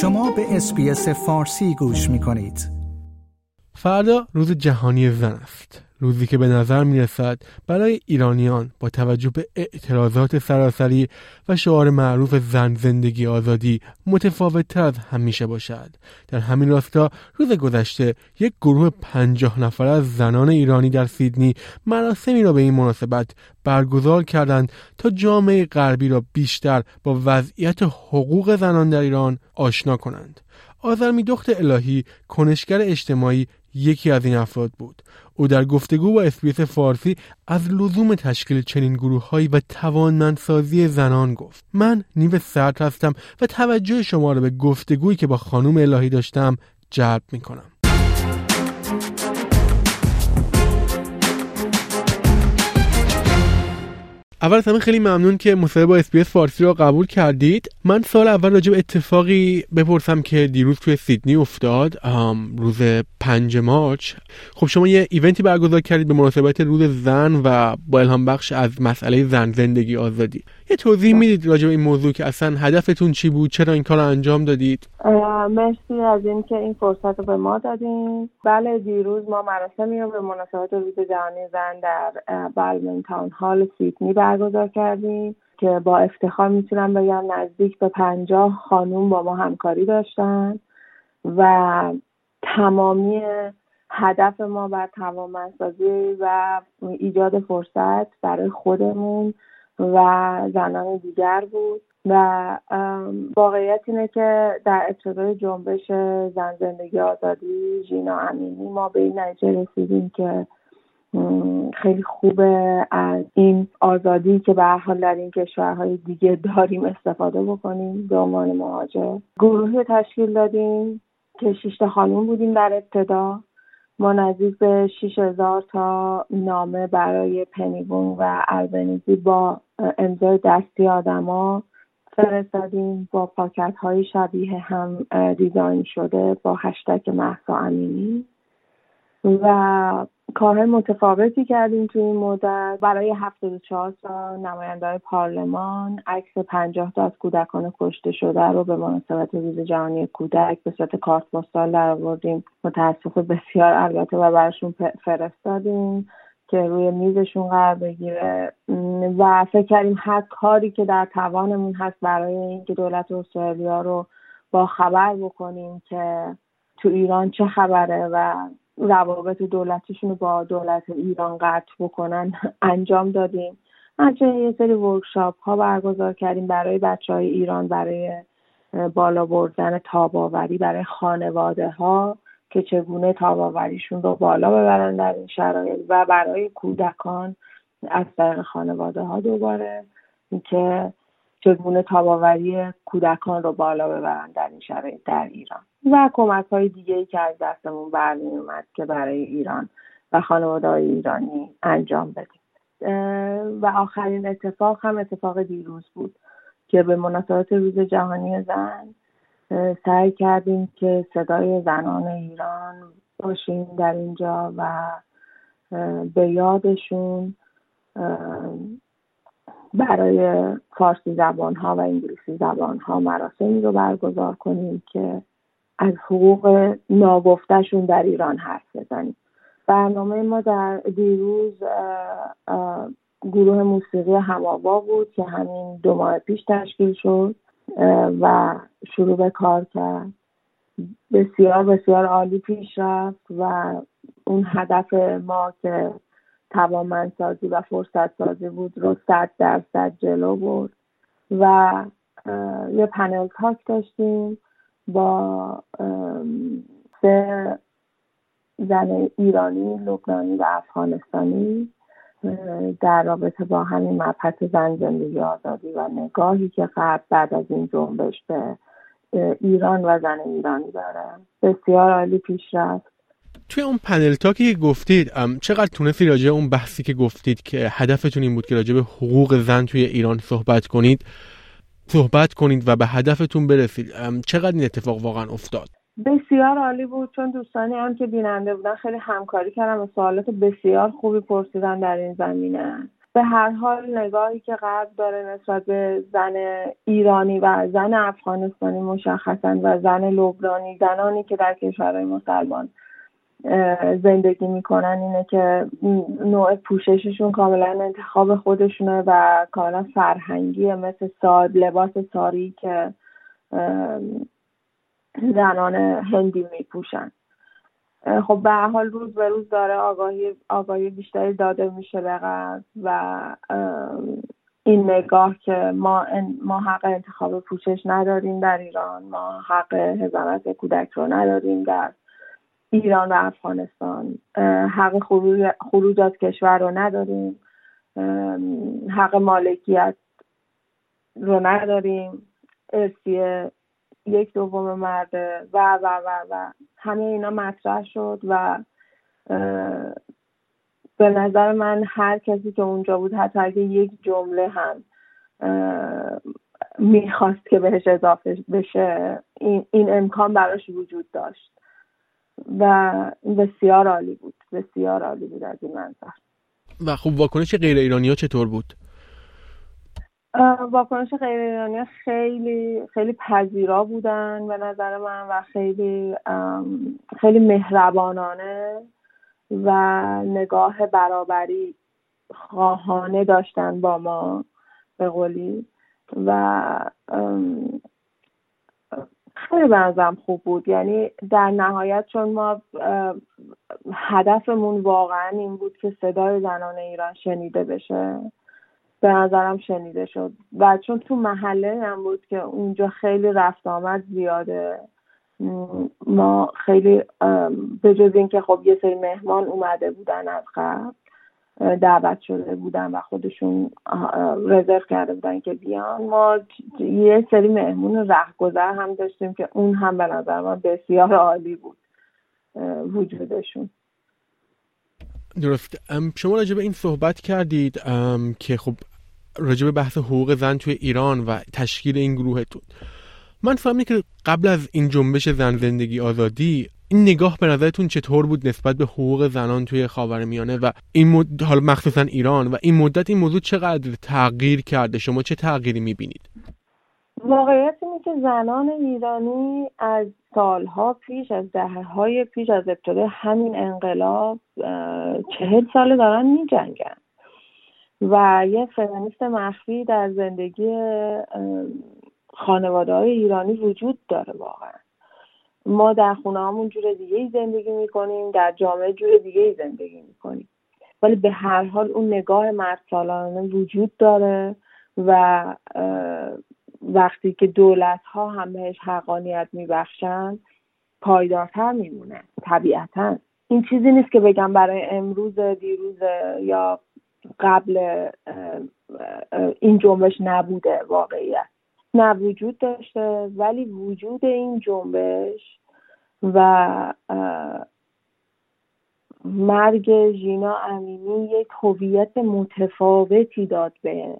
شما به اس‌بی‌اس فارسی گوش می‌کنید. فردا روز جهانی زن است. روزی که به نظر می‌رسد برای ایرانیان با توجه به اعتراضات سراسری و شعار معروف زن زندگی آزادی متفاوت‌تر از همیشه باشد. در همین راستا روز گذشته یک گروه 50 نفره از زنان ایرانی در سیدنی مراسمی را به این مناسبت برگزار کردند تا جامعه غربی را بیشتر با وضعیت حقوق زنان در ایران آشنا کنند. آذرمیدخت الهی، کنشگر اجتماعی، یکی از این افراد بود. او در گفتگو با اس‌بی‌اس فارسی از لزوم تشکیل چنین گروه‌هایی و توانمندسازی زنان گفت. من نیو سرد هستم و توجه شما را به گفتگویی که با خانم الهی داشتم جلب می‌کنم. اول از همه خیلی ممنون که مصاحبه با اس‌بی‌اس فارسی رو قبول کردید. من سوال اول راجع به اتفاقی بپرسم که دیروز توی سیدنی افتاد، روز 5 مارچ. خب شما یه ایونتی برگزار کردید به مناسبت روز زن و با الهام بخش از مسئله زن زندگی آزادی. یه توضیح میدید راجع به این موضوع که اصلا هدفتون چی بود، چرا این کار رو انجام دادید؟ مرسی از این که این فرصت رو به ما دادین. بله، دیروز ما مراسمی رو به مناسبت روز جهانی زن در بالمن تاون هال سیدنی برگزار کردیم که با افتخار میتونم بگم نزدیک به 50 خانوم با ما همکاری داشتن و تمامی هدف ما بر توانمندسازی و ایجاد فرصت برای خودمون و زنان دیگر بود. و واقعیت اینه که در ابتدای جنبش زن زندگی آزادی ژینا امینی ما به این نتیجه رسیدیم که خیلی خوبه از این آزادی که به هر حال در این کشورهای دیگه داریم استفاده بکنیم. به عنوان مهاجر گروهی تشکیل دادیم که 6 تا خانم بودیم. در ابتدا ما نزدیک به 6000 تا نامه برای پنیبون و البنیزی با امضای دستی آدما فرستادیم با پاکت‌های شبیه هم دیزاین شده با هشتگ مهسا امینی و کارهای متفاوتی کردیم توی این مدت. برای 74 تا نماینده‌های پارلمان عکس 50 تا از کودکان کشته شده رو به مناسبت روز جهانی کودک به صورت کارت پستال درآوردیم. متاسف بسیار البته و براشون فرستادیم که روی میزشون قرار بگیره و فکر کردیم هر کاری که در توانمون هست برای اینکه دولت استرالیا رو با خبر بکنیم که تو ایران چه خبره و روابط دولتیشون رو با دولت ایران قطع بکنن انجام دادیم. همچنین یه سری ورکشاپ ها برگزار کردیم برای بچهای ایران برای بالا بردن تاب‌آوری برای خانواده ها که چگونه تاب‌آوریشون رو بالا ببرن در این شرایط و برای کودکان از طریق خانواده ها دوباره که چگونه تاب‌آوری کودکان رو بالا ببرن در این شرایط در ایران و کمک‌های دیگه‌ای که از دستمون برمی‌اومد که برای ایران و خانواده‌های ایرانی انجام بدیم. و آخرین اتفاق هم اتفاق دیروز بود که به مناسبت روز جهانی زن سعی کردیم که صدای زنان ایران باشیم در اینجا و به یادشون برای فارسی زبان‌ها و انگلیسی زبان‌ها مراسمی رو برگزار کنیم که از حقوق ناگفته‌شون در ایران حرف بزنیم. برنامه ما در دیروز گروه موسیقی هم‌آوا بود که همین 2 ماه پیش تشکیل شد و شروع به کار کرد. بسیار بسیار عالی پیش رفت و اون هدف ما که توانمندسازی و فرصت سازی بود رو 100% جلو برد و یه پنل تاک داشتیم با 3 زن ایرانی، لبنانی و افغانستانی در رابطه با همین مبحث زن زندگی آزادی و نگاهی که بعد از این جنبش به ایران و زن ایرانی داره. بسیار عالی پیش رفت. توی اون پنل تاکی که گفتید چقدر تونستی راجع اون بحثی که گفتید که هدفتون این بود که راجع به حقوق زن توی ایران صحبت کنید و به هدفتون برسید، چقدر این اتفاق واقعا افتاد؟ بسیار عالی بود، چون دوستانی هم که بیننده بودن خیلی همکاری کردن و سوالات بسیار خوبی پرسیدن در این زمینه به هر حال نگاهی که غرب داره نسبت به زن ایرانی و زن افغانستانی مشخصا و زن لبنانی، زنانی که در کشورهای مسلمان زندگی میکنن، اینه که نوع پوشششون کاملا انتخاب خودشونه و کاملا فرهنگیه، مثل لباس ساری که زنان هندی میپوشن. خب به هر حال روز به روز داره آگاهی بیشتری داده میشه به غرب و این نگاه که ما حق انتخاب پوشش نداریم در ایران، ما حق حضانت کودک رو نداریم در ایران و افغانستان، حق خروج از کشور رو نداریم، حق مالکیت رو نداریم، ارثیه 1/2 مرده و و و و همه اینا مطرح شد و به نظر من هر کسی که اونجا بود، حتی اگه یک جمله هم میخواست که بهش اضافه بشه، این امکان براش وجود داشت و بسیار عالی بود، بسیار عالی بود از این منظر. و خب واکنش غیر ایرانی‌ها چطور بود؟ واکنش غیر ایرانی‌ها خیلی خیلی پذیرا بودن به نظر من و خیلی خیلی مهربانانه و نگاه برابری خواهانه داشتن با ما به قولی و خیلی بنظرم خوب بود. یعنی در نهایت چون ما هدفمون واقعا این بود که صدای زنان ایران شنیده بشه، به نظرم شنیده شد و چون تو محله هم بود که اونجا خیلی رفت آمد زیاده، ما خیلی به جز این که خب یه سری مهمان اومده بودن از قبل، دعوت شده بودن و خودشون رزرو کرده بودن که بیان، ما یه سری مهمون رهگذر هم داشتیم که اون هم به نظر من بسیار عالی بود وجودشون. درست. شما راجع به این صحبت کردید که خب راجع به بحث حقوق زن توی ایران و تشکیل این گروهتون، من فهمیدم که قبل از این جنبش زن زندگی آزادی این نگاه به نظرتون چطور بود نسبت به حقوق زنان توی خاورمیانه و این حالا مخصوصا ایران و این مدت این موضوع چقدر تغییر کرده؟ شما چه تغییری می‌بینید؟ واقعیت اینه که زنان ایرانی از سالها پیش، از دهه‌های پیش، از ابتدای همین انقلاب 40 سال دارن می‌جنگن و یه فمینیست مخفی در زندگی خانواده‌های ایرانی وجود داره. واقعا ما در خونه‌هامون جور دیگه‌ای زندگی می‌کنیم، در جامعه جور دیگه‌ای زندگی می‌کنیم، ولی به هر حال اون نگاه مردسالارانه وجود داره و وقتی که دولت‌ها هم بهش حقانیت می‌بخشن پایدارتر میمونه. طبیعتاً این چیزی نیست که بگم برای امروز، دیروز یا قبل این جنبش نبوده، واقعیت نه وجود داشته، ولی وجود این جنبش و مرگ ژینا امینی یک هویت متفاوتی داد به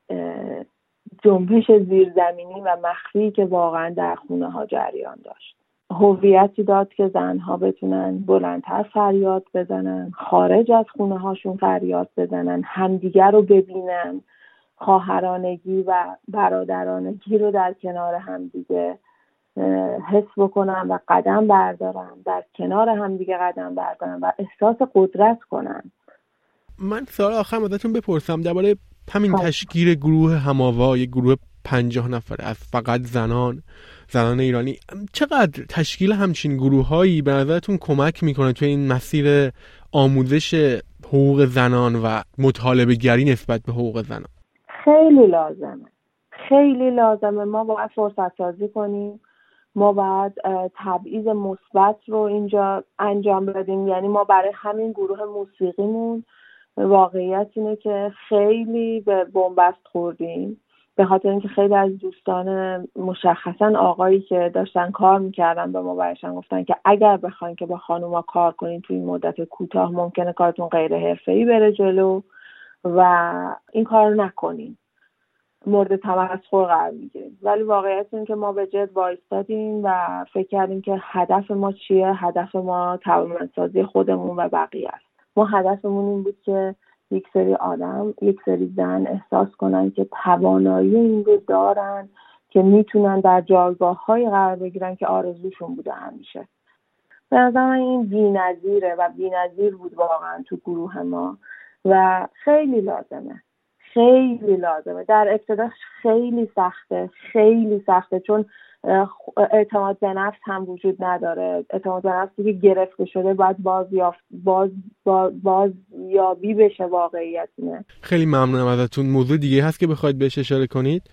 جنبش زیرزمینی و مخفی که واقعا در خونه ها جریان داشت. هویتی داد که زنها بتونن بلندتر فریاد بزنن، خارج از خونه هاشون فریاد بزنن، همدیگر رو ببینن، خواهرانگی و برادرانگی رو در کنار همدیگه حس بکنن و قدم بردارن، در کنار همدیگه قدم بردارن و احساس قدرت کنن. من سوال آخرم ازتون بپرسم درباره همین تشکیل گروه هماوا، یک گروه 50 نفره از فقط زنان ایرانی. چقدر تشکیل همچین گروه‌هایی به نظرتون کمک میکنه توی این مسیر آموزش حقوق زنان و مطالبه گری نسبت به حقوق زنان؟ خیلی لازمه، خیلی لازمه. ما باید فرصت سازی کنیم، ما باید تبعیض مثبت رو اینجا انجام بدیم. یعنی ما برای همین گروه موسیقیمون واقعیت اینه که خیلی به بنبست خوردیم، به خاطر اینکه خیلی از دوستان مشخصا آقایی که داشتن کار میکردن به ما برشن گفتن که اگر بخواین که با خانوما کار کنین توی این مدت کوتاه ممکنه کارتون غیر حرفه‌ای بره جلو و این کار رو نکنین، مورد تمسخر قرار میگیریم. ولی واقعیت این که ما به جد وایستادیم و فکر کردیم که هدف ما چیه؟ هدف ما توانمندسازی خودمون و بقیه است. ما هدفمون این بود که یک سری آدم، یک سری زن احساس کنن که توانایی این رو دارن که میتونن در جایگاه‌های قرار بگیرن که آرزوشون بوده همیشه. به نظر من این بی‌نظیره و بی‌نظیر بود واقعا تو گروه ما و خیلی لازمه. در ابتداش خیلی سخته چون اعتماد به نفس هم وجود نداره. اعتماد به نفسی که گرفته شده باید بازیابی بشه واقعیت اینه. خیلی ممنونم ازتون. موضوع دیگه هست که بخواید بهش اشاره کنید؟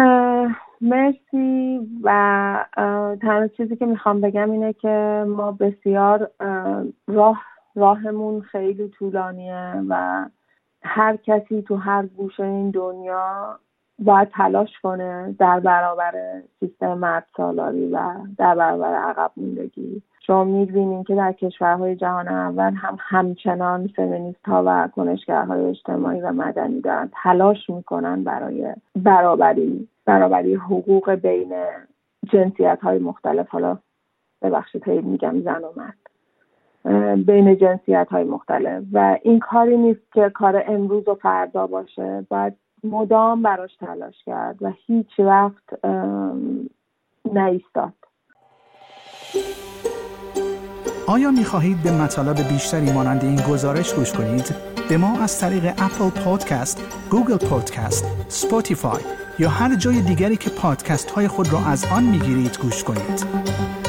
مرسی. و تنها چیزی که میخوام بگم اینه که ما بسیار راهمون خیلی طولانیه و هر کسی تو هر گوشه این دنیا باید تلاش کنه در برابر سیستم مردسالاری و در برابر عقب موندگی. شما می‌بینید که در کشورهای جهان اول همچنان فمینیست‌ها و کنشگرهای اجتماعی و مدنی دارن تلاش میکنن برای برابری حقوق بین جنسیت‌های مختلف. حالا ببخشید میگم زن و مرد، بین جنسیت‌های مختلف، و این کاری نیست که کار امروز و فردا باشه. باید مدام براش تلاش کرد و هیچ وقت نایستاد. آیا می‌خواهید به مطالب بیشتری مانند این گزارش گوش کنید؟ به ما از طریق اپل پادکست، گوگل پادکست، اسپاتیفای یا هر جای دیگری که پادکست‌های خود را از آن می‌گیرید گوش کنید.